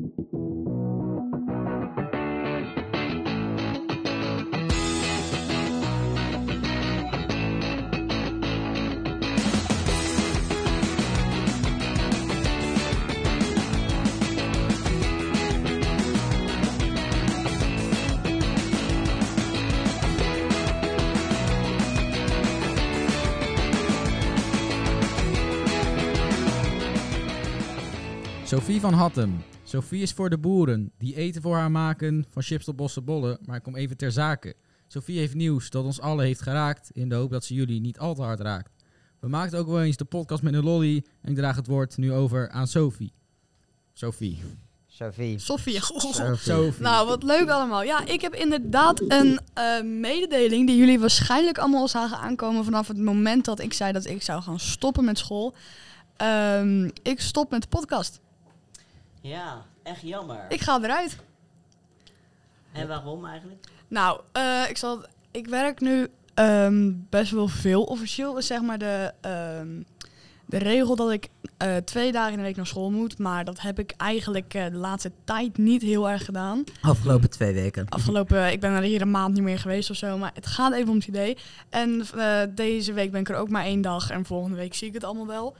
Sophie van Hattem. Sophie is voor de boeren die eten voor haar maken van chips tot bossenbollen, maar ik kom even ter zake. Sophie heeft nieuws dat ons allen heeft geraakt, in de hoop dat ze jullie niet al te hard raakt. We maakten ook wel eens de podcast met een lolly en ik draag het woord nu over aan Sophie. Sophie. Sophie. Sophie. Nou, wat leuk allemaal. Ja, ik heb inderdaad een mededeling die jullie waarschijnlijk allemaal al zagen aankomen vanaf het moment dat ik zei dat ik zou gaan stoppen met school. Ik stop met de podcast. Ja, echt jammer. Ik ga eruit. En waarom eigenlijk? Nou, ik werk nu best wel veel. Officieel is zeg maar de regel dat ik 2 dagen in de week naar school moet. Maar dat heb ik eigenlijk de laatste tijd niet heel erg gedaan. Afgelopen 2 weken. Ik ben er hier een maand niet meer geweest of zo. Maar het gaat even om het idee. En deze week ben ik er ook maar 1 dag. En volgende week zie ik het allemaal wel.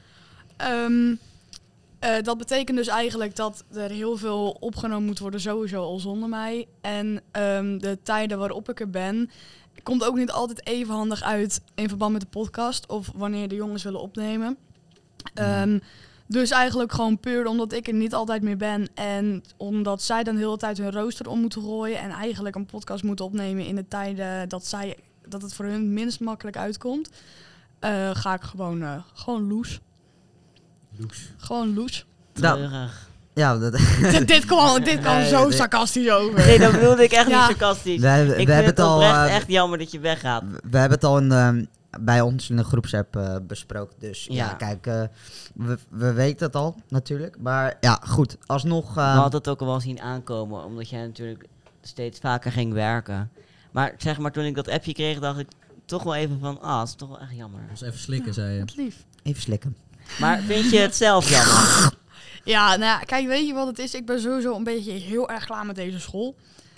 Dat betekent dus eigenlijk dat er heel veel opgenomen moet worden, sowieso al zonder mij. En de tijden waarop ik er ben, komt ook niet altijd even handig uit in verband met de podcast of wanneer de jongens willen opnemen. Dus eigenlijk gewoon puur omdat ik er niet altijd meer ben en omdat zij dan de hele tijd hun rooster om moeten gooien en eigenlijk een podcast moeten opnemen in de tijden dat het voor hun minst makkelijk uitkomt, ga ik gewoon loes. Gewoon loes. Treurig. Ja, dit kwam zo sarcastisch over. Nee, dat bedoelde ik echt niet sarcastisch. We Ik hebben vind het het al, oprecht echt jammer dat je weggaat. We hebben het al bij ons in de groepsapp besproken. Dus ja, kijk, we weten het al natuurlijk. Maar ja, goed, alsnog... We hadden het ook al wel zien aankomen, omdat jij natuurlijk steeds vaker ging werken. Maar zeg maar, toen ik dat appje kreeg, dacht ik toch wel even van, dat is toch wel echt jammer. Dat was even slikken, zei je. Wat lief. Even slikken. Maar vind je het zelf jammer? Ja, nou ja, kijk, weet je wat het is? Ik ben sowieso een beetje heel erg klaar met deze school.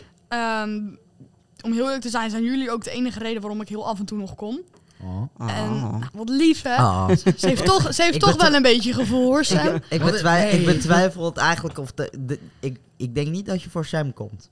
Om heel eerlijk te zijn jullie ook de enige reden waarom ik heel af en toe nog kom. En wat lief, hè? Ze heeft toch wel een beetje gevoel, hoor, Sam. Ik betwijfel het eigenlijk of ik denk niet dat je voor Sam komt.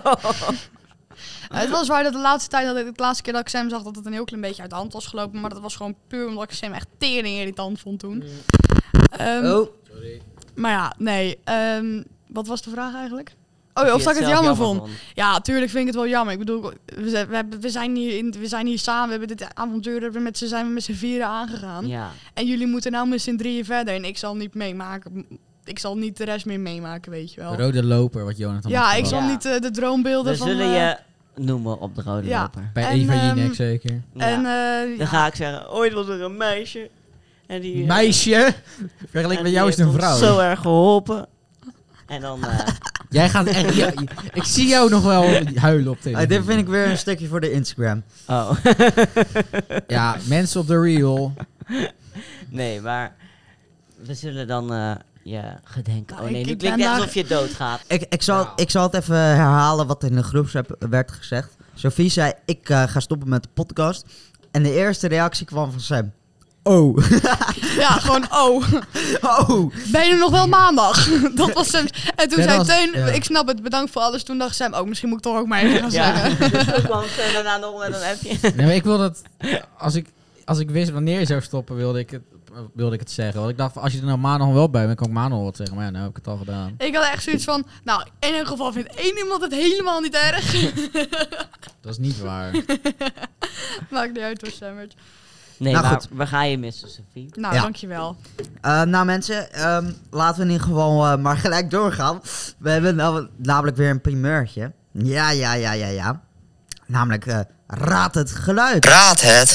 Het was waar dat de laatste keer dat ik Sam zag dat het een heel klein beetje uit de hand was gelopen. Maar dat was gewoon puur omdat ik Sam echt tering irritant vond toen. Sorry. Maar ja, nee. Wat was de vraag eigenlijk? Of dat ik het jammer vond. Ja, tuurlijk vind ik het wel jammer. Ik bedoel, we zijn hier samen. We hebben dit avontuur zijn we met z'n 4 aangegaan. Ja. En jullie moeten nou met z'n 3 verder. En ik zal niet meemaken. Ik zal niet de rest meer meemaken, weet je wel. De rode loper, wat Jonathan Ja, ik had zal niet de droombeelden We van... zullen je noemen op de rode loper. Bij Eva Jinek zeker. Ja. Dan ga ik zeggen, ooit was er een meisje. En die, meisje? Vergelijk met jou is het een vrouw. Zo erg geholpen. En dan... Jij gaat echt... ik zie jou nog wel huilen op televisie. Dit vind ik weer een stukje voor de Instagram. Oh. Ja, mensen op de reel. Nee, maar... We zullen dan... gedenken. Nou, Oh nee, ik nu klinkt het alsof je doodgaat. Ik zal het even herhalen wat in de groepsapp werd gezegd. Sophie zei, ik ga stoppen met de podcast. En de eerste reactie kwam van Sam. Oh. Ja, gewoon oh. Ben je er nog wel maandag? Dat was Sam. En toen zei Teun, ik snap het, bedankt voor alles. Toen dacht Sam, misschien moet ik toch ook maar even gaan zeggen. Dus toen kwam Teun daarna nog met een appje. Nee, maar ik wil dat... Als ik wist wanneer je zou stoppen, wilde ik het zeggen. Want ik dacht, als je er nou maandag nog wel bij bent, kan ik maandag nog wat zeggen. Maar ja, nou heb ik het al gedaan. Ik had echt zoiets van, nou, in ieder geval vindt 1 iemand het helemaal niet erg. Dat is niet waar. Maakt niet uit hoor, Sammert. Nee, nou, maar goed. we gaan je missen, Sophie. Nou, Ja. Dankjewel. Nou mensen, laten we in ieder geval maar gelijk doorgaan. We hebben namelijk weer een primeurtje. Ja. Namelijk, raad het geluid. Raad het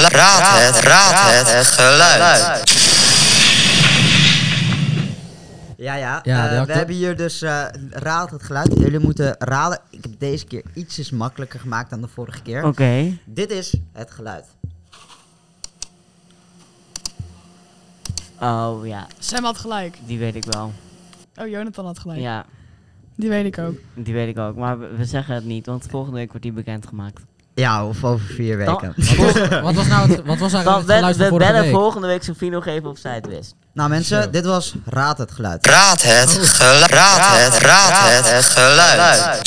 geluid. Ja, Ja, we hebben hier dus raad het geluid. Jullie moeten raden. Ik heb deze keer ietsjes makkelijker gemaakt dan de vorige keer. Oké. Dit is het geluid. Oh ja, Sam had gelijk. die weet ik wel. Oh, Jonathan had gelijk. Ja. Die weet ik ook. Die weet ik ook, maar we zeggen het niet, want volgende week wordt die bekendgemaakt. Ja, of over 4 weken. Wat was eigenlijk het geluid van We vorige bellen week? volgende week Sophie nog even of zij het wist. Nou mensen, Zo. dit was Raad het Geluid. Raad het geluid.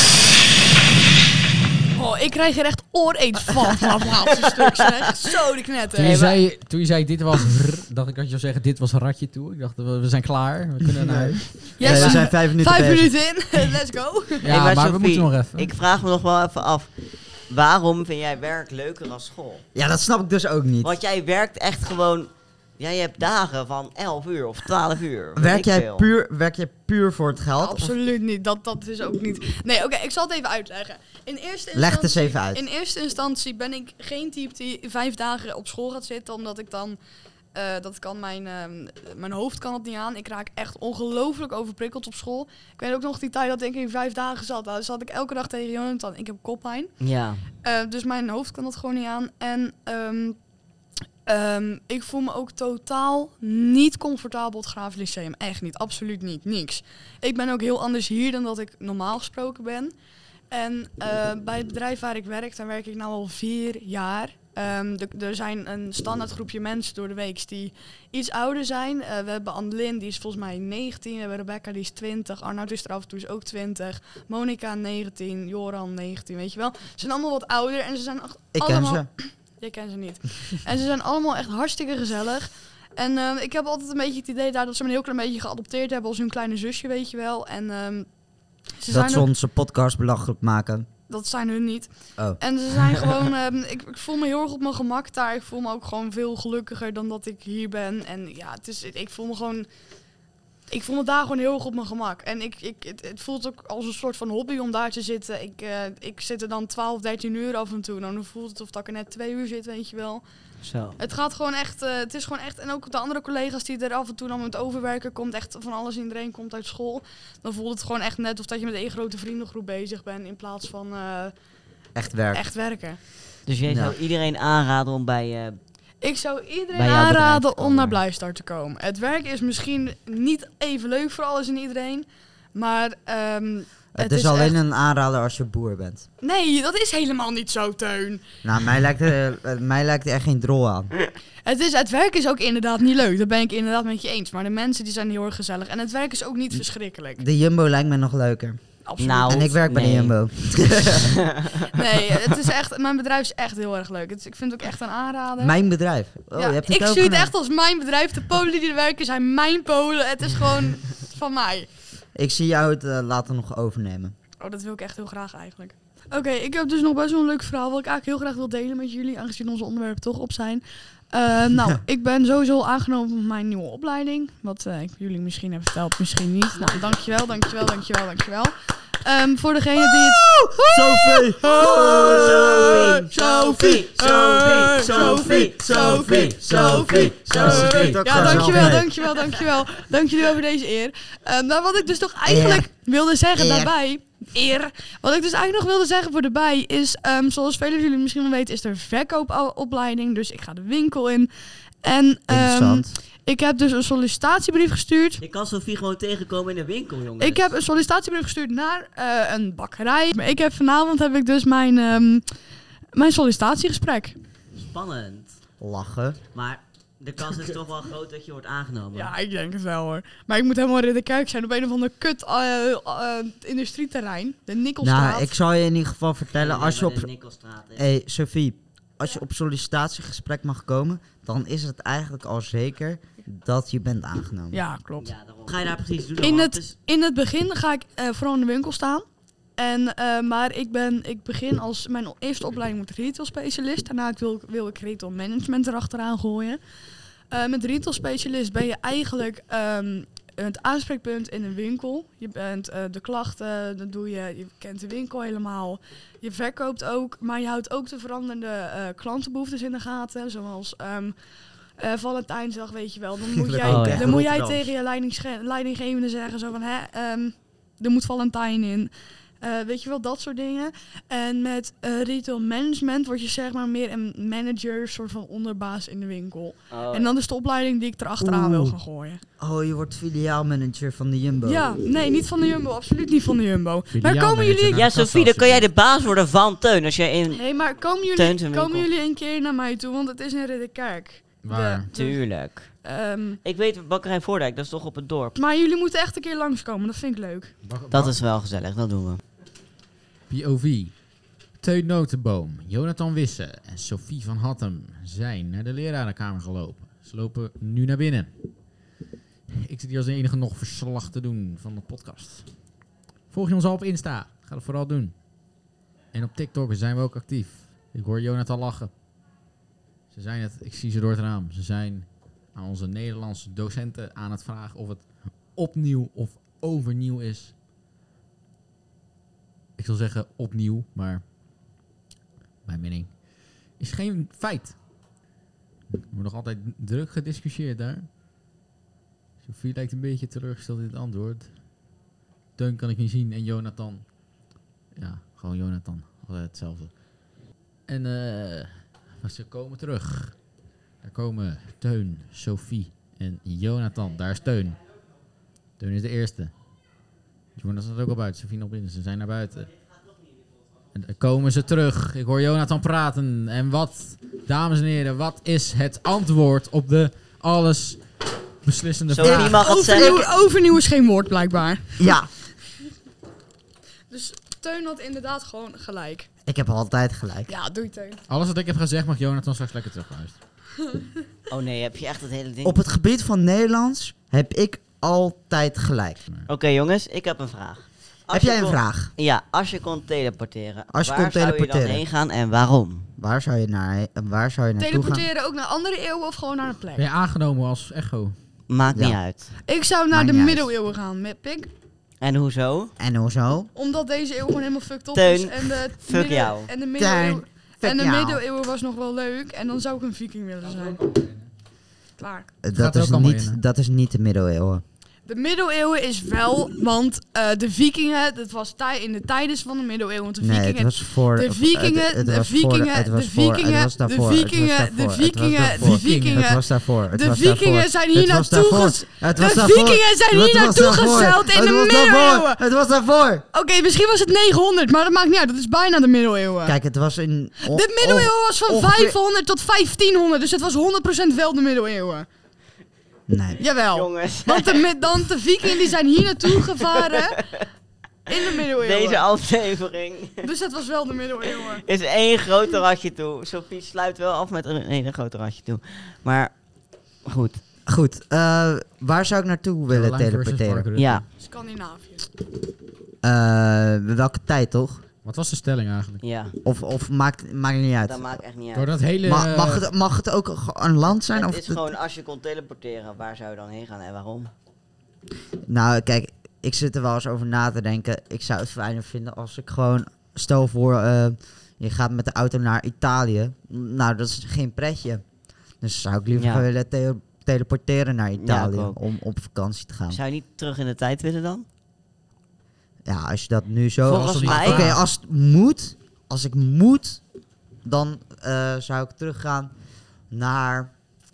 Oh, ik krijg er echt ooreet van vanaf het laatste stuk, zeg. Zo de knetter. Toen je zei dit was dacht ik dat je zou zeggen dit was een ratje toe. Ik dacht we zijn klaar, we kunnen naar huis. Yes, we zijn 5 minuten 5 bezig. minuten in. Let's go. Ja, maar maar we Sophie, moeten nog even. Ik vraag me nog wel even af. Waarom vind jij werk leuker dan school? Ja, dat snap ik dus ook niet. Want jij werkt echt gewoon... Ja, je hebt dagen van 11 uur of 12 uur. weet Werk ik jij veel. puur voor het geld? Of Absoluut niet. Dat is ook niet. Nee, oké, ik zal het even uitleggen. In eerste leg het eens instantie- even uit. In eerste instantie ben ik geen type die 5 dagen op school gaat zitten, omdat ik dan... dat kan mijn hoofd kan het niet aan. Ik raak echt ongelooflijk overprikkeld op school. Ik weet ook nog die tijd dat ik in 5 dagen zat. Nou, zat ik elke dag tegen Jonathan. Ik heb koppijn. Ja. Dus mijn hoofd kan dat gewoon niet aan. En ik voel me ook totaal niet comfortabel op het Graaf Lyceum. Echt niet, absoluut niet, niks. Ik ben ook heel anders hier dan dat ik normaal gesproken ben. En bij het bedrijf waar ik werk, daar werk ik nu al 4 jaar. Er zijn een standaard groepje mensen door de week die iets ouder zijn. We hebben Annelien, die is volgens mij 19. We hebben Rebecca, die is 20. Arnoud is er af en toe, is ook 20. Monica 19. Joran 19, weet je wel. Ze zijn allemaal wat ouder en ze zijn Ik ken allemaal... ze. Je kent ze niet. En ze zijn allemaal echt hartstikke gezellig. En ik heb altijd een beetje het idee daar dat ze me een heel klein beetje geadopteerd hebben als hun kleine zusje, weet je wel. En ze Dat zijn ze ook- onze podcast belachelijk maken. dat zijn hun niet. Oh. En ze zijn gewoon... ik voel me heel erg op mijn gemak daar. Ik voel me ook gewoon veel gelukkiger dan dat ik hier ben. En ja, ik voel me gewoon... Ik voel me daar gewoon heel erg op mijn gemak. En het voelt ook als een soort van hobby om daar te zitten. Ik zit er dan 12, 13 uur af en toe. Dan voelt het of dat ik er net 2 uur zit, weet je wel. Zo. Het gaat gewoon echt, het is gewoon echt, en ook de andere collega's die er af en toe dan met overwerken, komt echt van alles en iedereen komt uit school. Dan voelt het gewoon echt net of dat je met één grote vriendengroep bezig bent in plaats van Echt werk. echt werken. Dus jij Ja. zou iedereen aanraden om bij... Ik zou iedereen Bij jouw bedrijf aanraden komen. om naar Bluistar te komen. Het werk is misschien niet even leuk voor alles en iedereen, maar Het is alleen echt... een aanrader als je boer bent. Nee, dat is helemaal niet zo, Teun. Nou, mij lijkt er echt geen drol aan. Het werk is ook inderdaad niet leuk, dat ben ik inderdaad met je eens. Maar de mensen die zijn heel erg gezellig en het werk is ook niet verschrikkelijk. De Jumbo lijkt me nog leuker. Absoluut. Nou, En ik werk bij de nee. Jumbo. Nee, het is echt, mijn bedrijf is echt heel erg leuk. Ik vind het ook echt een aanrader. Mijn bedrijf. Oh, Ja, je hebt het ik zie het overgenomen. echt als mijn bedrijf. De Polen die er werken zijn mijn Polen. Het is gewoon van mij. Ik zie jou het later nog overnemen. Oh, dat wil ik echt heel graag eigenlijk. Oké, ik heb dus nog best wel een leuk verhaal wat ik eigenlijk heel graag wil delen met jullie, aangezien onze onderwerpen toch op zijn. Nou, ik ben sowieso aangenomen op mijn nieuwe opleiding. Wat ik jullie misschien heb verteld, misschien niet. Nou, dankjewel. Voor degene die het... Sophie! Sophie! Ja, dankjewel. Dank jullie over deze eer. Nou, wat ik dus toch eigenlijk wilde zeggen daarbij... Wat ik dus eigenlijk nog wilde zeggen voor daarbij is... zoals velen van jullie misschien wel weten, is er verkoopopleiding. Dus ik ga de winkel in. En Interessant. ik heb dus een sollicitatiebrief gestuurd. Je kan Sophie gewoon tegenkomen in de winkel, jongens. Ik heb een sollicitatiebrief gestuurd naar een bakkerij. Maar vanavond heb ik dus mijn sollicitatiegesprek. Spannend. Lachen. Maar de kans is toch wel groot dat je wordt aangenomen. Ja, ik denk het wel hoor. Maar ik moet helemaal in de kerk zijn op een of ander kut industrieterrein. De Nikkelstraat. Nou, ik zal je in ieder geval vertellen, als je op... de Nikkelstraat is. Hey, Sophie, als je op sollicitatiegesprek mag komen, dan is het eigenlijk al zeker dat je bent aangenomen. Ja, klopt. Ja, daarom. Wat ga je daar precies doen? In het begin ga ik vooral in de winkel staan. Maar ik begin als mijn eerste opleiding met retail specialist. Daarna wil ik retail management erachteraan gooien. Met retail specialist ben je eigenlijk het aanspreekpunt in een winkel. Je bent de klachten, dat doe je. Je kent de winkel helemaal. Je verkoopt ook, maar je houdt ook de veranderende klantenbehoeftes in de gaten. Zoals Valentijnsdag, weet je wel. Dan moet jij tegen je leidinggevende zeggen zo van, er moet Valentijn in. Weet je wel, dat soort dingen. En met retail management word je zeg maar meer een manager, soort van onderbaas in de winkel. Oh, En dan is de opleiding die ik erachteraan wil Oeh. gaan gooien. Oh, je wordt filiaalmanager van de Jumbo. Ja, nee, niet van de Jumbo. Absoluut niet van de Jumbo. Maar Filiaalmanager komen jullie... naar Ja, de kassa Sophie, dan kan jij de alsjeblieft. baas worden van Teun. Als jij in... Hey, maar Teun zijn komen winkel. jullie een keer naar mij toe? Want het is in Ridderkerk. Waar? Tuurlijk. Ehm, Ik weet, Bakkerij Voordijk, dat is toch op het dorp? maar jullie moeten echt een keer langskomen. Dat vind ik leuk. Dat is wel gezellig, dat doen we. POV. Teun Notenboom, Jonathan Wisse en Sophie van Hattem zijn naar de lerarenkamer gelopen. Ze lopen nu naar binnen. Ik zit hier als enige nog verslag te doen van de podcast. Volg je ons al op Insta? Ga dat vooral doen. En op TikTok zijn we ook actief. Ik hoor Jonathan lachen. Ze zijn het, ik zie ze door het raam. Ze zijn aan onze Nederlandse docenten aan het vragen of het opnieuw of overnieuw is. Ik zal zeggen opnieuw, maar mijn mening is geen feit. Er wordt nog altijd druk gediscussieerd daar. Sophie lijkt een beetje teleurgesteld in het antwoord. Teun kan ik niet zien en Jonathan. Ja, gewoon Jonathan. Altijd hetzelfde. En ze komen terug. Daar komen Teun, Sophie en Jonathan. Daar is Teun. Teun is de eerste. Jonathan staat ook al buiten. Sophie nog binnen. Ze zijn naar buiten. En dan komen ze terug. Ik hoor Jonathan praten. En wat, dames en heren, wat is het antwoord op de alles beslissende Sophie vraag? mag het zeggen. Overnieuw is geen woord, blijkbaar. Ja, Dus Teun had inderdaad gewoon gelijk. ik heb altijd gelijk. Ja, doei Teun. Alles wat ik heb gezegd mag Jonathan straks lekker terugluisteren. Oh nee, heb je echt het hele ding? Op het gebied van Nederlands heb ik altijd gelijk. Oké jongens, ik heb een vraag. Als Heb je jij een kon- vraag? Ja, als je kon teleporteren, Als je waar kon zou je dan teleporteren. heen gaan en waarom? Waar zou je naartoe gaan? Teleporteren ook naar andere eeuwen of gewoon naar een plek? Ben je aangenomen als echo? Maakt Ja. niet uit. Ik zou naar Maakt de niet uit. middeleeuwen gaan, met Pik. En hoezo? En hoezo? Omdat deze eeuw gewoon helemaal fucked up Teun, is. En de fuck jou. En de middeleeuwen, Fuck en de jou. middeleeuwen was nog wel leuk. En dan zou ik een viking willen zijn. Klaar. Gaat er ook allemaal in, Dat is niet de middeleeuwen. De middeleeuwen is wel, want de vikingen, dat was in de tijden van de middeleeuwen. Want de Nee, vikingen, het was voor... de vikingen, het de was voor- vikingen, het de was voor- het vikingen, was de daarvoor, vikingen, het was de daarvoor, vikingen, het de was vikingen. Het was daarvoor. Het De was vikingen daarvoor. zijn hier Het was naartoe daarvoor. ges- Het De was daarvoor. vikingen zijn Het hier was naartoe daarvoor. gezeild in Het de was daarvoor. middeleeuwen. Het was daarvoor. Oké, misschien was het 900, maar dat maakt niet uit. Dat is bijna de middeleeuwen. Kijk, het was in... De middeleeuwen was van ongeveer- 500 tot 1500, dus het was 100% wel de middeleeuwen. Nee. Jawel. Jongens, Want de vikingen die zijn hier naartoe gevaren in de middeleeuwen. deze aflevering Dus het was wel de middeleeuwen. is één grote ratje toe. Sophie sluit wel af met een hele grote ratje toe. Maar goed, Goed, waar zou ik naartoe willen Caroline versus teleporteren? Mark Rutte. ja, Scandinavië. Welke tijd toch? Wat was de stelling eigenlijk? ja, Of maakt niet uit. dat maakt echt niet Door uit. dat hele... Mag het ook een land zijn? Het Of is gewoon, als je kon teleporteren, waar zou je dan heen gaan en waarom? Nou, kijk, ik zit er wel eens over na te denken. Ik zou het fijner vinden als ik gewoon... Stel voor, je gaat met de auto naar Italië. Nou, dat is geen pretje. Dus zou ik liever Ja. willen teleporteren naar Italië ook. om op vakantie te gaan. Zou je niet terug in de tijd willen dan? Ja, als je dat nu zo... Volgens mij- Oké, als ik moet, dan zou ik teruggaan naar...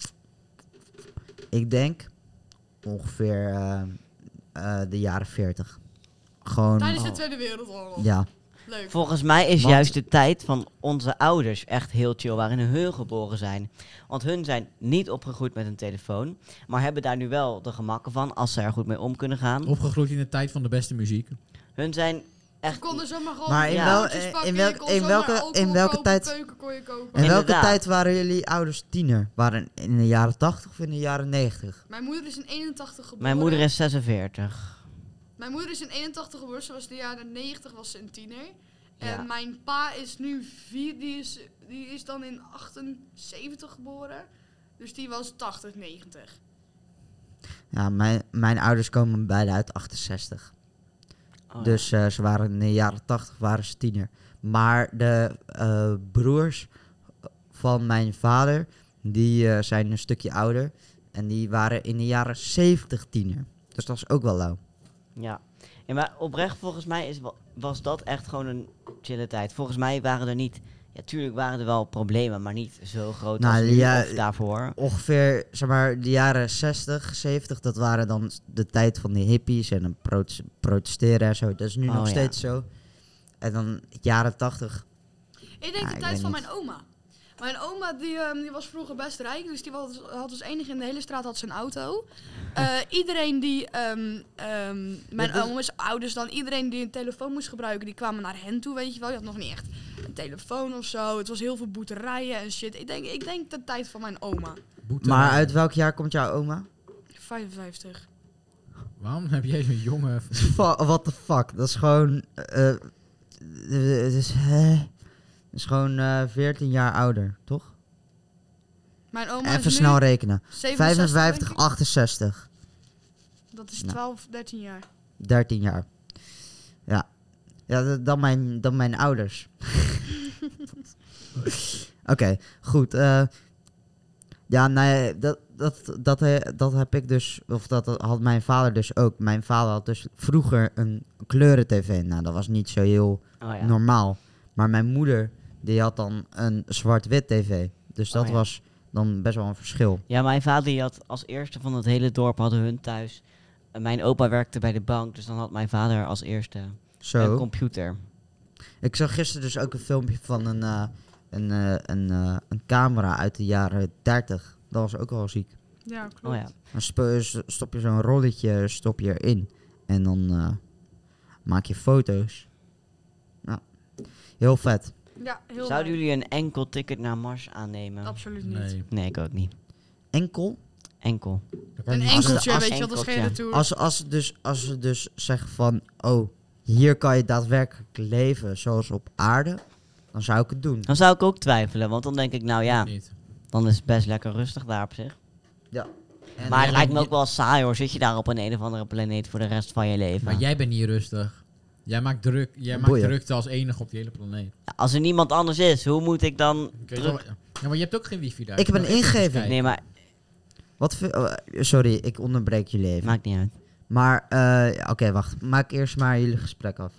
Ik denk ongeveer de jaren 40. Gewoon... Tijdens de Tweede Wereldoorlog. Ja. Leuk. Volgens mij is Want- juist de tijd van onze ouders echt heel chill waarin hun geboren zijn. Want hun zijn niet opgegroeid met een telefoon, maar hebben daar nu wel de gemakken van als ze er goed mee om kunnen gaan. Opgegroeid in de tijd van de beste muziek. Hun zijn Je echt... kon er zomaar gewoon Maar in broodjes wel- pakken, in je welk- kon in zomaar welke- alcohol in welke kopen, tijd- peuken kon je kopen. In welke Inderdaad. tijd waren jullie ouders tiener? Waren in de jaren 80 of in de jaren 90? Mijn moeder is in 81 geboren. Mijn moeder is 46. Mijn moeder is in 81 geboren, ze was de jaren 90 was ze een tiener. En Ja. mijn pa is nu 4, die is dan in 78 geboren. Dus die was 80, 90. Ja, mijn ouders komen beide uit 68. Oh, Dus ze waren in de jaren 80 waren ze tiener. Maar de broers van mijn vader, die zijn een stukje ouder. En die waren in de jaren 70 tiener. Dus dat is ook wel lauw. ja. Ja, maar oprecht, volgens mij was dat echt gewoon een chille tijd. Volgens mij waren er niet... Ja, tuurlijk waren er wel problemen, maar niet zo groot Nou, als nu ja, of daarvoor. Ongeveer, zeg maar, de jaren 60, 70, dat waren dan de tijd van de hippies en een protesteren en zo. Dat is nu Oh, nog ja. steeds zo. En dan jaren 80. Ik denk Ja, de ik tijd weet van niet. mijn oma. Mijn oma die was vroeger best rijk, dus die had als enige in de hele straat had ze een auto. Iedereen die, mijn oma's ouders dan, iedereen die een telefoon moest gebruiken, die kwamen naar hen toe, weet je wel. Je had nog niet echt een telefoon of zo. Het was heel veel boeterijen en shit. Ik denk de tijd van mijn oma. Maar uit welk jaar komt jouw oma? 55. Waarom heb jij zo'n jonge... What the fuck? Dat is gewoon... Het is gewoon 14 jaar ouder, toch? Mijn oma Even is nu snel rekenen. 67, 55, denk ik. 68. Dat is Nou. 12, 13 jaar. 13 jaar. Ja. Ja, dan mijn ouders. Oké, goed. Ja, nee, dat heb ik dus, of dat had mijn vader dus ook. Mijn vader had dus vroeger een kleuren-tv. Nou, dat was niet zo heel Oh, ja. normaal. Maar mijn moeder, die had dan een zwart-wit tv. Dus dat Oh, ja. was dan best wel een verschil. Ja, mijn vader die had als eerste van het hele dorp hadden hun thuis. Mijn opa werkte bij de bank, dus dan had mijn vader als eerste een Zo. computer. Ik zag gisteren dus ook een filmpje van een camera uit de jaren 30. Dat was ook wel ziek. Ja, klopt. Oh ja. Dan stop je zo'n rolletje erin. En dan maak je foto's. Nou, heel vet. Ja, heel Zouden leuk. jullie een enkel ticket naar Mars aannemen? Absoluut niet. Nee. Nee, ik ook niet. Enkel? Enkel. Een Als- enkeltje, als- weet je wel, dat is geen enkeltje. retour. Als ze dus zeggen van... Oh, hier kan je daadwerkelijk leven zoals op aarde. Dan zou ik het doen. Dan zou ik ook twijfelen, want dan denk ik, nou ja, Niet. dan is het best lekker rustig daar op zich. Ja. En Maar het jij lijkt me bent- ook wel saai hoor, zit je daar op een of andere planeet voor de rest van je leven. Maar jij bent niet rustig. Jij maakt maakt Boeien. drukte als enige op die hele planeet. Ja, als er niemand anders is, hoe moet ik dan Kun je druk... wel- Ja, maar je hebt ook geen wifi daar. Ik heb Je een kan echt even ingeving. kijken. Nee, maar sorry, ik onderbreek jullie even. maakt niet uit. Maar, oké, wacht. Maak eerst maar jullie gesprek af.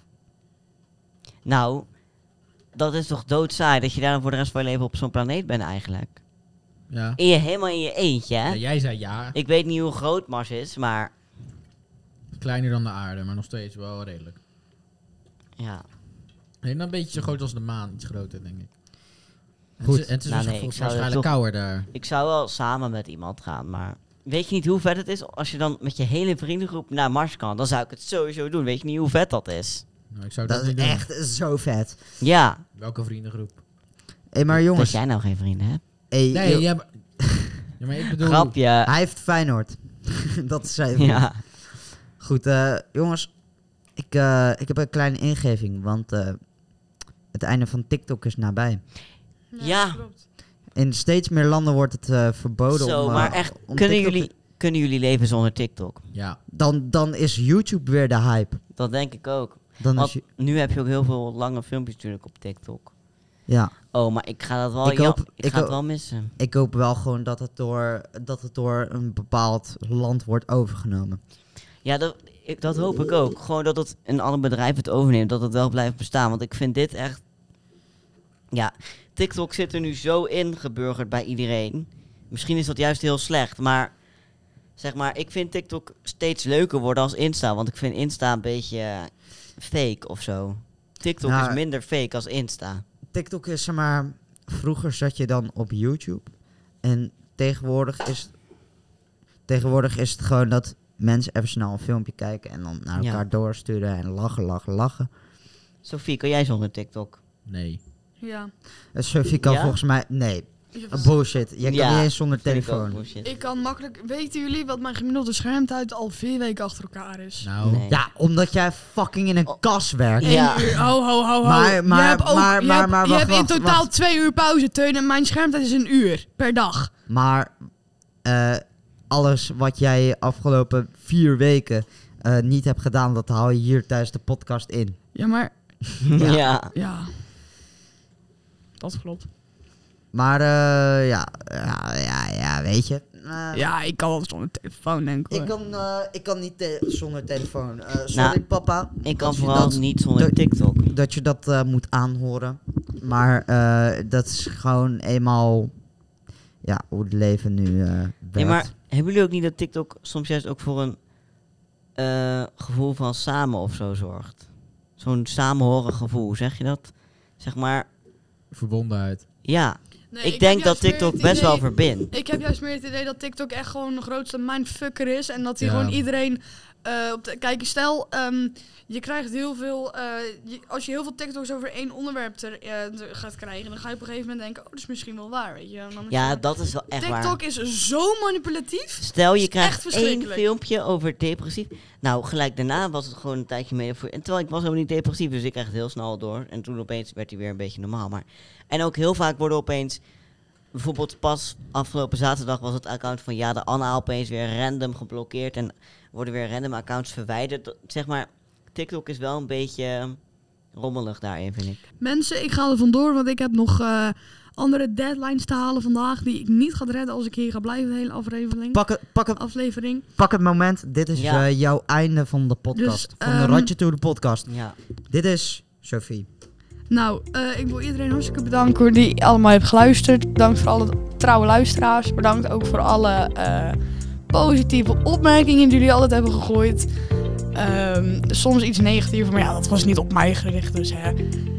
Nou, dat is toch doodsaai dat je daar dan voor de rest van je leven op zo'n planeet bent eigenlijk. Ja. Helemaal in je eentje, hè? Ja, jij zei ja. Ik weet niet hoe groot Mars is, maar Kleiner dan de aarde, maar nog steeds wel redelijk. ja. Nee, dan een beetje zo groot als de maan. Iets groter, denk ik. En Goed. Het is Nou, dus nee, ik volgens zou mij er waarschijnlijk toch- kouder daar. Ik zou wel samen met iemand gaan, maar... Weet je niet hoe vet het is als je dan met je hele vriendengroep naar Mars kan? Dan zou ik het sowieso doen. Weet je niet hoe vet dat is? Nou, ik zou Dat dat, is niet doen. echt zo vet. Ja, Welke vriendengroep? Hé, maar dat jongens. jij nou geen vrienden hebt. Hey, Nee, ja, maar, ja, maar ik bedoel... Grapje. Hij heeft Feyenoord. Dat is zijn. Ja. Goed, jongens. Ik heb een kleine ingeving. Want het einde van TikTok is nabij. Ja. klopt. In steeds meer landen wordt het verboden Zo, om... maar echt, om kunnen TikTok jullie leven zonder TikTok? Ja. Dan is YouTube weer de hype. Dat denk ik ook. Dan Want is, nu heb je ook heel veel lange filmpjes natuurlijk op TikTok. ja, Oh, maar ik ga dat wel, Ik hoop- ik ik ga het hoop- wel missen. ik hoop wel gewoon dat het door een bepaald land wordt overgenomen. Ja, dat hoop ik ook. Gewoon dat het een ander bedrijf het overneemt, dat het wel blijft bestaan. Want ik vind dit echt... Ja, TikTok zit er nu zo ingeburgerd bij iedereen. Misschien is dat juist heel slecht, maar... Zeg maar, ik vind TikTok steeds leuker worden als Insta. Want ik vind Insta een beetje fake of zo. TikTok Nou, is minder fake als Insta. TikTok is, zeg maar... Vroeger zat je dan op YouTube. En tegenwoordig is het gewoon dat mensen even snel een filmpje kijken... en dan naar Ja. elkaar doorsturen en lachen. Sophie, kan jij zonder TikTok? Nee. Ja. Sophie kan Ja? volgens mij... Nee, Ja. bullshit. Je kan Ja, niet eens zonder Vind ik ook telefoon. bullshit. Ik kan makkelijk... Weten jullie wat mijn gemiddelde schermtijd al 4 weken achter elkaar is? Nou, Nee. Ja, omdat jij fucking in een Oh. kas werkt. Ja. 1 uur. Ho. Maar- je maar- hebt ook, maar- je maar- hebt, maar je wacht, hebt in wacht, totaal wacht. 2 uur pauze, Teun. En mijn schermtijd is 1 uur per dag. Maar alles wat jij afgelopen 4 weken niet hebt gedaan... dat haal je hier tijdens de podcast in. Ja, maar... Ja. Ja. Dat klopt. Maar ja, weet je. Ja, ik kan wel zonder telefoon, denk ik. Ik kan niet zonder telefoon. Sorry, papa. Ik kan dat je vooral dat- niet zonder dat- TikTok. Dat je dat moet aanhoren. Maar dat is gewoon eenmaal hoe het leven nu werkt. Nee, maar hebben jullie ook niet dat TikTok soms juist ook voor een gevoel van samen of zo zorgt? Zo'n samenhorig gevoel, hoe zeg je dat? Zeg maar, Verbondenheid. ja. Nee, ik heb denk dat juist meer TikTok het best wel idee- verbindt. Ik heb juist meer het idee dat TikTok echt gewoon de grootste mindfucker is. En dat hij Ja. gewoon iedereen... kijk, stel, je krijgt heel veel... als je heel veel TikToks over één onderwerp gaat krijgen... dan ga je op een gegeven moment denken... oh, dat is misschien wel waar, weet je. En dan is Ja, het- dat is wel echt waar. TikTok is zo manipulatief. Stel, je echt krijgt één verschrikkelijk. filmpje over depressief. Nou, gelijk daarna was het gewoon een tijdje mee. En terwijl ik was helemaal niet depressief, dus ik kreeg het heel snel door. En toen opeens werd hij weer een beetje normaal. Maar, en ook heel vaak worden opeens... Bijvoorbeeld pas afgelopen zaterdag was het account van Ja de Anna opeens weer random geblokkeerd. En worden weer random accounts verwijderd. Zeg maar, TikTok is wel een beetje rommelig daarin, vind ik. Mensen, ik ga er vandoor, want ik heb nog andere deadlines te halen vandaag... die ik niet ga redden als ik hier ga blijven de hele aflevering. Pak het moment. Dit is Ja. jouw einde van de podcast. Dus, van de Ratje to de podcast. Ja. Dit is Sophie. Nou, ik wil iedereen hartstikke bedanken die allemaal heeft geluisterd. Bedankt voor alle trouwe luisteraars. Bedankt ook voor alle positieve opmerkingen die jullie altijd hebben gegooid. Soms iets negatief, maar ja, dat was niet op mij gericht, dus hè.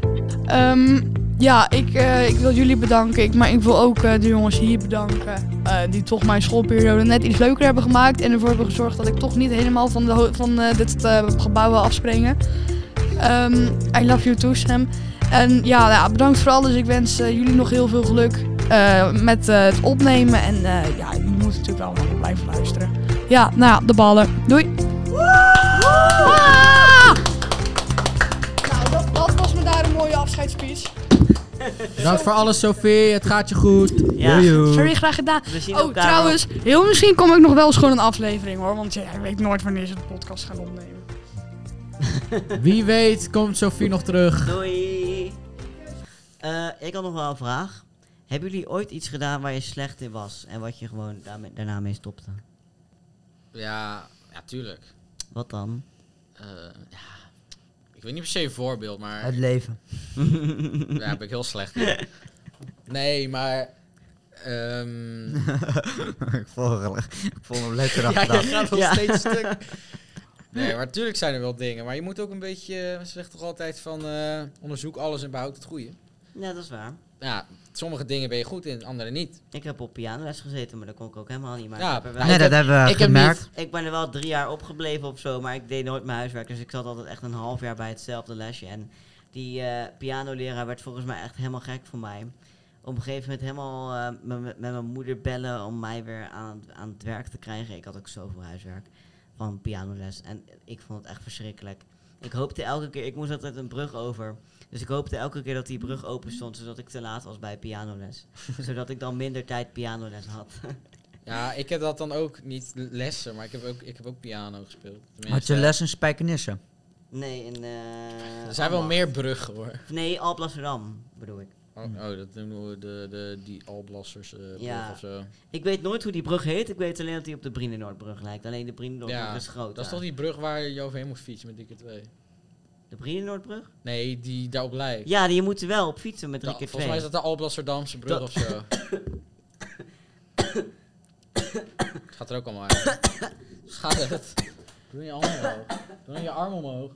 Ik wil jullie bedanken, maar ik wil ook de jongens hier bedanken. Die toch mijn schoolperiode net iets leuker hebben gemaakt. En ervoor hebben gezorgd dat ik toch niet helemaal van dit gebouw wil afspringen. I love you too, Sam. En ja, bedankt voor alles. Ik wens jullie nog heel veel geluk met het opnemen. En jullie moeten natuurlijk wel nog blijven luisteren. Ja, nou ja, de ballen. Doei! Nou, dat was me daar een mooie afscheidsspeech. Bedankt voor alles, Sophie. Het gaat je goed. Ja. Very graag gedaan. We zien Oh, elkaar trouwens, heel misschien kom ik nog wel eens gewoon een aflevering, hoor. Want jij weet nooit wanneer ze de podcast gaan opnemen. Wie weet komt Sophie nog terug. Doei! Ik had nog wel een vraag. Hebben jullie ooit iets gedaan waar je slecht in was en wat je gewoon daarna mee stopte? Ja, tuurlijk. Wat dan? Ik weet niet per se een voorbeeld, maar Het leven. daar ben ik heel slecht in. Nee, maar... ik vond hem lekker ja, je gedaan. gaat nog Ja. steeds stuk. Nee, maar natuurlijk zijn er wel dingen. Maar je moet ook een beetje... Ze zegt toch altijd van... onderzoek alles en behoud het goede. Ja, dat is waar. Ja, sommige dingen ben je goed in, andere niet. Ik heb op pianoles gezeten, maar dat kon ik ook helemaal niet. Maar Ja, ik, heb er wel- Nee, dat hebben we ik heb gemerkt. ik ben er wel 3 jaar opgebleven of zo, maar ik deed nooit mijn huiswerk. Dus ik zat altijd echt een half jaar bij hetzelfde lesje. En die pianoleraar werd volgens mij echt helemaal gek voor mij. Op een gegeven moment helemaal met mijn moeder bellen om mij weer aan het werk te krijgen. Ik had ook zoveel huiswerk van pianoles en ik vond het echt verschrikkelijk. Ik hoopte elke keer, ik moest altijd een brug over. Dus ik hoopte elke keer dat die brug open stond, zodat ik te laat was bij pianoles. Zodat ik dan minder tijd pianoles had. Ja, ik heb dat dan ook niet lessen, maar ik heb ook piano gespeeld. Had Tenminste, je les in Spijkenisse? Nee, in... Er zijn wel meer bruggen, hoor. Nee, Alblasserdam bedoel ik. Oh, dat noemen we die Alblassers brug Ja. of zo. Ik weet nooit hoe die brug heet. Ik weet alleen dat die op de Brienenoordbrug lijkt. Alleen de Brienenoordbrug Ja, is groot. Dat is toch die brug waar je overheen moet fietsen met dikke 2? De Brienenoordbrug? Nee, die daarop lijkt. Ja, die moet wel op fietsen met 3 keer 2. Volgens mij is dat de Alblasserdamse brug of zo. Het gaat er ook allemaal uit. Gaat het? Doe je arm omhoog. Doe je arm omhoog.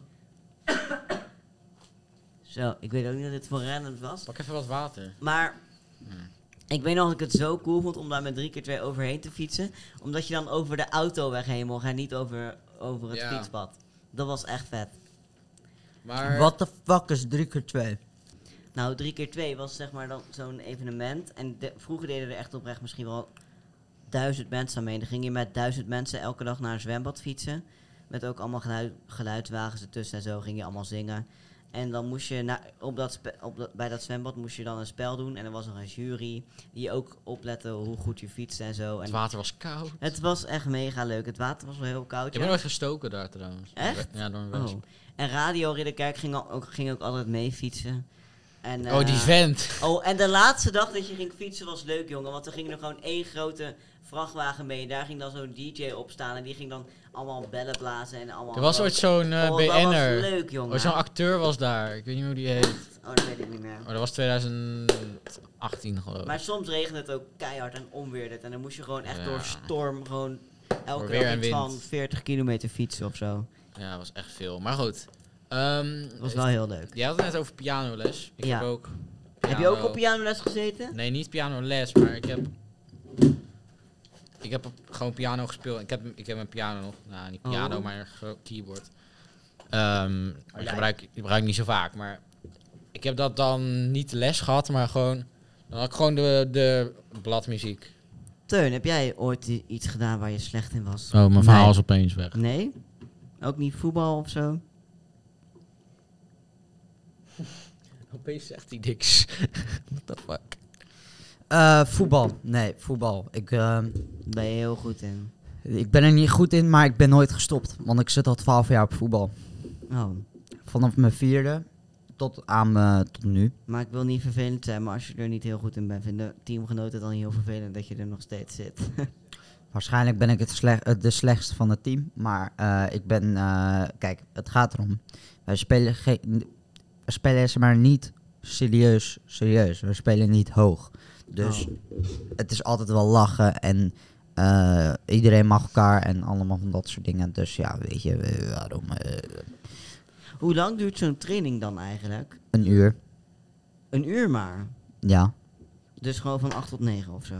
Zo, ik weet ook niet dat dit voor random was. Pak even wat water. Maar ik weet nog dat ik het zo cool vond om daar met 3 keer 2 overheen te fietsen. Omdat je dan over de autoweg heen mocht en niet over het Ja. fietspad. Dat was echt vet. Maar... What the fuck is 3x2? Nou, 3 keer 2 was zeg maar dan zo'n evenement. En vroeger deden er echt oprecht misschien wel 1000 mensen aan mee. Dan ging je met 1000 mensen elke dag naar een zwembad fietsen. Met ook allemaal geluidswagens ertussen en zo ging je allemaal zingen. En dan moest je bij dat zwembad moest je dan een spel doen. En er was nog een jury die ook oplette hoe goed je fietste en zo. Het En water was koud. het was echt mega leuk. Het water was wel heel koud. Ik heb nooit gestoken daar trouwens. Echt? Ja, door een Oh. wesp. En Radio Ridderkerk ging ook altijd mee fietsen. En, Oh, die vent. Oh, en de laatste dag dat je ging fietsen was leuk, jongen. Want we gingen er gewoon 1 grote vrachtwagen mee. Daar ging dan zo'n DJ op staan en die ging dan allemaal bellen blazen en allemaal... Er was ooit zo'n dat was BN'er. leuk, jongen. Oh, zo'n acteur was daar. Ik weet niet hoe die heet. Oh, dat weet ik niet meer. Maar dat was 2018 geloof ik. Maar soms regende het ook keihard en onweerde het. En dan moest je gewoon echt Ja. door storm gewoon elke Door weer dag en iets van wind. 40 kilometer fietsen of zo. Ja, dat was echt veel. Maar goed. Dat was wel heel leuk. Je had het net over pianoles. Ik Ja. heb ook Heb je ook op pianoles gezeten? Nee, niet pianoles, maar ik heb gewoon piano gespeeld. Ik heb een piano nog. Nou, niet piano, Oh. maar een keyboard. Ik gebruik niet zo vaak, maar ik heb dat dan niet les gehad, maar gewoon... Dan had ik gewoon de bladmuziek. Teun, heb jij ooit iets gedaan waar je slecht in was? Oh, mijn verhaal is opeens weg. Nee? Ook niet voetbal of zo? Opeens zegt hij niks. What the fuck? Voetbal. Nee, voetbal. Daar ben je heel goed in. Ik ben er niet goed in, maar ik ben nooit gestopt. Want ik zit al 12 jaar op voetbal. Oh, Vanaf mijn 4e tot nu. maar ik wil niet vervelend zijn, maar als je er niet heel goed in bent, vinden teamgenoten dan niet heel vervelend dat je er nog steeds zit. Waarschijnlijk ben ik de slechtste van het team. Maar ik ben... kijk, het gaat erom. We spelen zeg maar niet serieus. We spelen niet hoog. Dus het is altijd wel lachen en iedereen mag elkaar en allemaal van dat soort dingen. Dus ja, weet je, waarom... Hoe lang duurt zo'n training dan eigenlijk? een uur, Een uur maar. ja. Dus gewoon van 8 tot 9 of zo.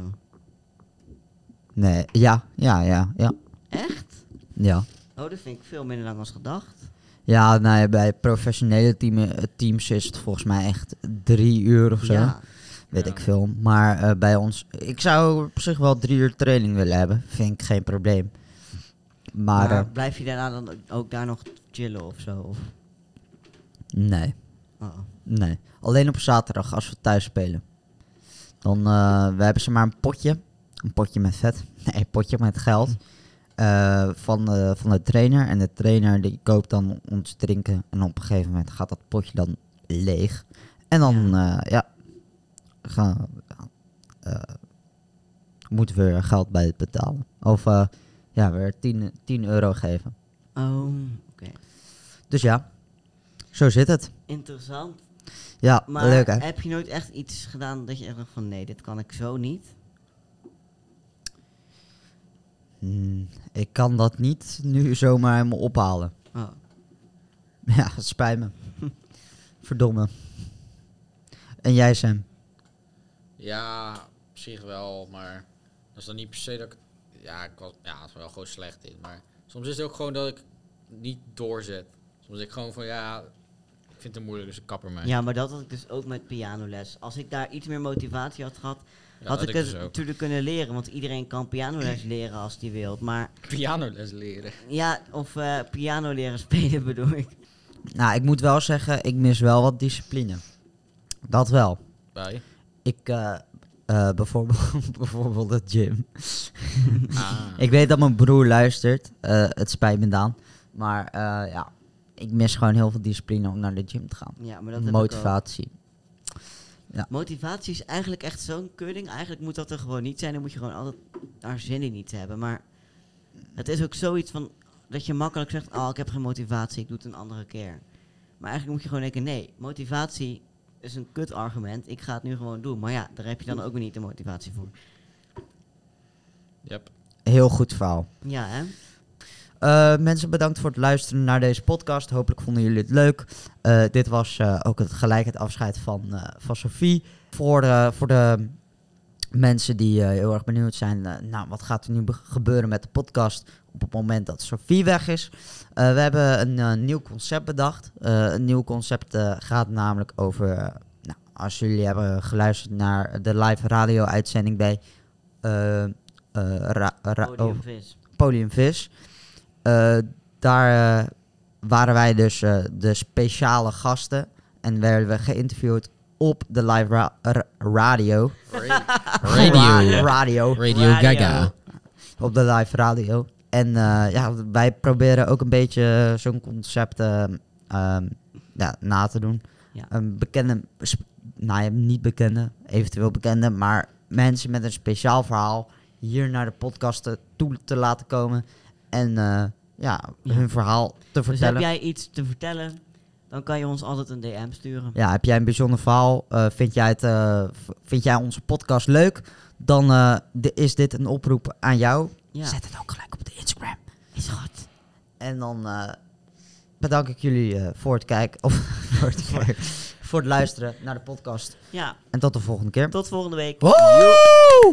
Nee, ja. Echt? Ja. Oh, dat vind ik veel minder lang als gedacht. Ja, nou ja, bij professionele teams is het volgens mij echt 3 uur of zo. Ja. Weet Ja. ik veel. Maar bij ons... Ik zou op zich wel 3 uur training willen hebben. Vind ik geen probleem. Maar blijf je daarna dan ook daar nog chillen of zo? Of? nee. Oh. Nee. Alleen op zaterdag als we thuis spelen. Dan we hebben ze maar een potje. Een potje met vet. Nee, een potje met geld. Van de trainer. En de trainer die koopt dan ons drinken. En op een gegeven moment gaat dat potje dan leeg. En dan moeten we weer geld bij het betalen. Of weer 10 euro geven. Oh, oké. Dus ja, zo zit het. Interessant. Ja, Maar leuk hè? heb je nooit echt iets gedaan dat je echt dacht van nee, dit kan ik zo niet? Ik kan dat niet nu zomaar helemaal ophalen. Oh. Ja, het spijt me. Verdomme. En jij, Sam? Ja, op zich wel, maar dat is dan niet per se dat ik... Ja, het was wel gewoon slecht in, maar soms is het ook gewoon dat ik niet doorzet. Soms denk ik gewoon van, ja, ik vind het moeilijk, dus ik kap ermee. Ja, maar dat had ik dus ook met pianoles. Als ik daar iets meer motivatie had gehad, Ja, had dat ik dus het ook. natuurlijk kunnen leren. Want iedereen kan pianoles leren als die wil. Maar Pianoles leren. ja, of piano leren spelen bedoel ik. Nou, ik moet wel zeggen, ik mis wel wat discipline. Dat wel. Bij? Ik, bijvoorbeeld de gym. Ah. Ik weet dat mijn broer luistert. Het spijt me dan. Maar ja, ik mis gewoon heel veel discipline om naar de gym te gaan. Ja, maar dat heb ik ook. Motivatie. Ja. Motivatie is eigenlijk echt zo'n kudding. Eigenlijk moet dat er gewoon niet zijn. Dan moet je gewoon altijd daar zin in iets hebben. Maar het is ook zoiets van dat je makkelijk zegt, oh, ik heb geen motivatie, ik doe het een andere keer. Maar eigenlijk moet je gewoon denken, nee, motivatie is een kut argument. Ik ga het nu gewoon doen. Maar ja, daar heb je dan ook weer niet de motivatie voor. Yep. Heel goed verhaal. Ja, hè? Mensen, bedankt voor het luisteren naar deze podcast. Hopelijk vonden jullie het leuk. Dit was ook gelijk het afscheid van Sophie. Voor de mensen die heel erg benieuwd zijn, wat gaat er nu gebeuren met de podcast op het moment dat Sophie weg is. We hebben een nieuw concept bedacht. Een nieuw concept gaat namelijk over, als jullie hebben geluisterd naar de live radio uitzending bij Podium Vis. Podium Vis. Daar waren wij dus de speciale gasten en werden we geïnterviewd op de live radio. Radio. Radio Gaga. Op de live radio. En wij proberen ook een beetje zo'n concept na te doen. Ja. Niet bekende, eventueel bekende, maar mensen met een speciaal verhaal hier naar de podcast toe te laten komen. En hun verhaal te Dus vertellen. heb jij iets te vertellen, dan kan je ons altijd een DM sturen. Ja, heb jij een bijzonder verhaal? Vind jij onze podcast leuk? Dan is dit een oproep aan jou. Ja. Zet het ook gelijk op de Instagram. Is goed. En dan bedank ik jullie voor het kijken. Of voor het luisteren naar de podcast. Ja, En tot de volgende keer. tot volgende week. Woe!